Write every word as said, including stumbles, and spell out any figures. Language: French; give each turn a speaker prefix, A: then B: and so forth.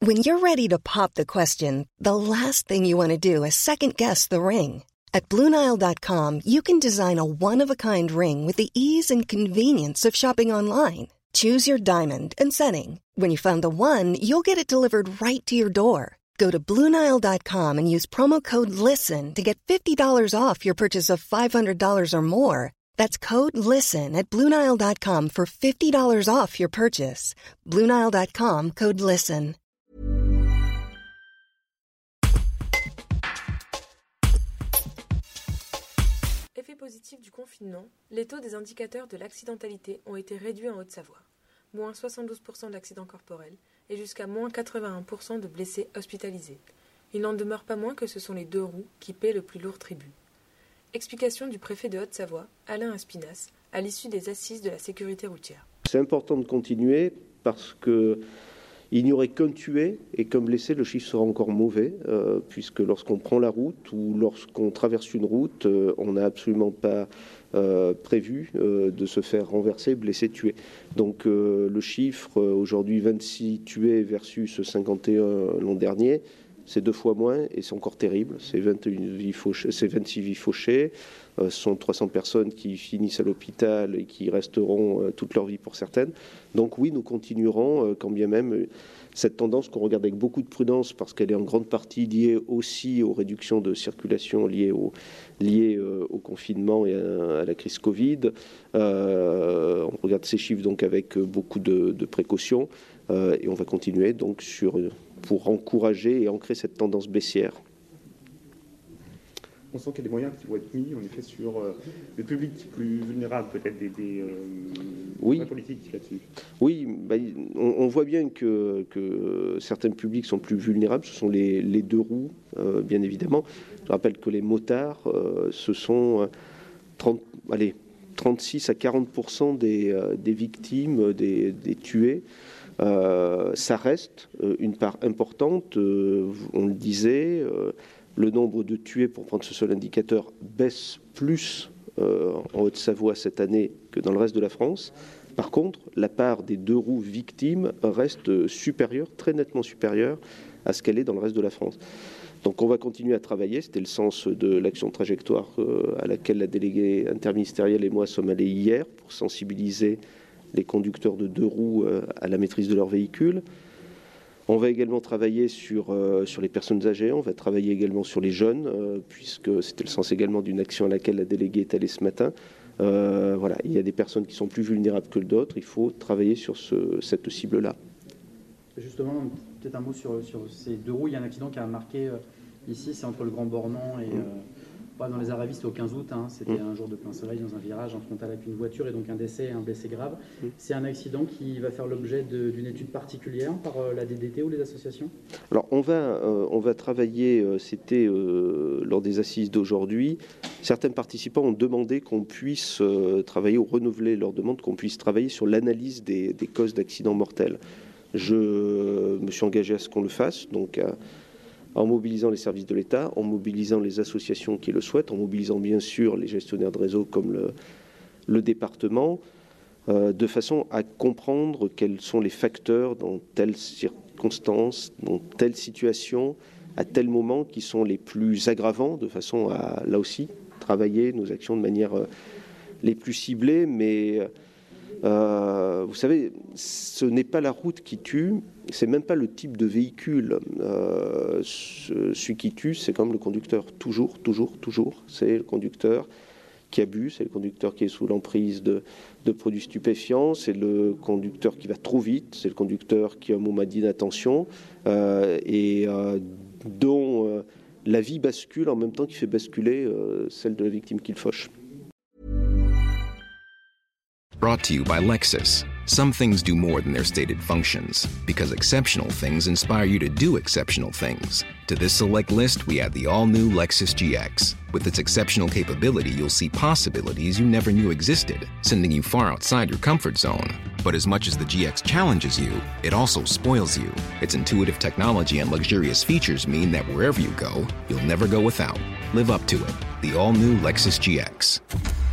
A: When you're ready to pop the question, the last thing you want to do is second-guess the ring. At Blue Nile dot com, you can design a one-of-a-kind ring with the ease and convenience of shopping online. Choose your diamond and setting. When you find the one, you'll get it delivered right to your door. Go to Blue Nile dot com and use promo code LISTEN to get fifty dollars off your purchase of five hundred dollars or more. That's code LISTEN at Blue Nile dot com for fifty dollars off your purchase. Blue Nile dot com, code LISTEN.
B: Effet positif du confinement, les taux des indicateurs de l'accidentalité ont été réduits en Haute-Savoie. moins soixante-douze pour cent d'accidents corporels et jusqu'à moins quatre-vingt-un pour cent de blessés hospitalisés. Il n'en demeure pas moins que ce sont les deux roues qui paient le plus lourd tribut. Explication du préfet de Haute-Savoie, Alain Aspinas, à l'issue des assises de la sécurité routière.
C: C'est important de continuer parce que il n'y aurait qu'un tué et qu'un blessé, le chiffre sera encore mauvais, euh, puisque lorsqu'on prend la route ou lorsqu'on traverse une route, euh, on n'a absolument pas euh, prévu euh, de se faire renverser, blessé, tué. Donc euh, le chiffre, euh, aujourd'hui vingt-six tués versus cinquante et un l'an dernier, c'est deux fois moins et c'est encore terrible. C'est vingt-et-une vies fauchées, c'est vingt-six vies fauchées. Euh, ce sont trois cents personnes qui finissent à l'hôpital et qui resteront euh, toute leur vie pour certaines. Donc oui, nous continuerons, euh, quand bien même euh, cette tendance qu'on regarde avec beaucoup de prudence parce qu'elle est en grande partie liée aussi aux réductions de circulation liées au, liées, euh, au confinement et à, à la crise Covid. Euh, on regarde ces chiffres donc avec beaucoup de, de précautions euh, et on va continuer donc sur... Euh, pour encourager et ancrer cette tendance baissière.
D: On sent qu'il y a des moyens qui vont être mis, en effet, sur euh, le public plus vulnérable, peut-être des, des euh,
C: oui.
D: politiques là-dessus.
C: Oui, bah, on, on voit bien que, que certains publics sont plus vulnérables. Ce sont les, les deux roues, euh, bien évidemment. Je rappelle que les motards, euh, ce sont trente, allez, trente-six à quarante pour cent des, euh, des victimes, des, des tués. Euh, ça reste euh, une part importante, euh, on le disait, euh, le nombre de tués, pour prendre ce seul indicateur, baisse plus euh, en Haute-Savoie cette année que dans le reste de la France. Par contre, la part des deux roues victimes reste supérieure, très nettement supérieure à ce qu'elle est dans le reste de la France. Donc on va continuer à travailler, c'était le sens de l'action trajectoire euh, à laquelle la déléguée interministérielle et moi sommes allés hier pour sensibiliser les conducteurs de deux roues euh, à la maîtrise de leur véhicule. On va également travailler sur, euh, sur les personnes âgées, on va travailler également sur les jeunes, euh, puisque c'était le sens également d'une action à laquelle la déléguée est allée ce matin. Euh, voilà, il y a des personnes qui sont plus vulnérables que d'autres, il faut travailler sur ce, cette cible-là.
E: Justement, peut-être un mot sur, sur ces deux roues. Il y a un accident qui a marqué euh, ici, c'est entre le Grand Bornand et... Mmh. Euh, pas dans les Aravis, c'était au quinze août, hein, c'était mmh. un jour de plein soleil dans un virage, en frontal avec une voiture et donc un décès et un blessé grave. Mmh. C'est un accident qui va faire l'objet de, d'une étude particulière par euh, la D D T ou les associations ?
C: Alors on va, euh, on va travailler, euh, c'était euh, lors des assises d'aujourd'hui, certains participants ont demandé qu'on puisse euh, travailler ou renouveler leur demande, qu'on puisse travailler sur l'analyse des, des causes d'accidents mortels. Je me suis engagé à ce qu'on le fasse, donc à, en mobilisant les services de l'État, en mobilisant les associations qui le souhaitent, en mobilisant bien sûr les gestionnaires de réseau comme le, le département, euh, de façon à comprendre quels sont les facteurs dans telle circonstance, dans telle situation, à tel moment, qui sont les plus aggravants, de façon à, là aussi, travailler nos actions de manière euh, les plus ciblées, mais... Euh, vous savez, ce n'est pas la route qui tue, c'est même pas le type de véhicule. Euh, ce, celui qui tue, c'est comme le conducteur. Toujours, toujours, toujours. C'est le conducteur qui abuse, c'est le conducteur qui est sous l'emprise de, de produits stupéfiants, c'est le conducteur qui va trop vite, c'est le conducteur qui a un moment d'inattention euh, et euh, dont euh, la vie bascule en même temps qu'il fait basculer euh, celle de la victime qu'il fauche.
F: Brought to you by Lexus. Some things do more than their stated functions, because exceptional things inspire you to do exceptional things. To this select list, we add the all-new Lexus G X. With its exceptional capability, you'll see possibilities you never knew existed, sending you far outside your comfort zone. But as much as the G X challenges you, it also spoils you. Its intuitive technology and luxurious features mean that wherever you go, you'll never go without. Live up to it. The all-new Lexus G X.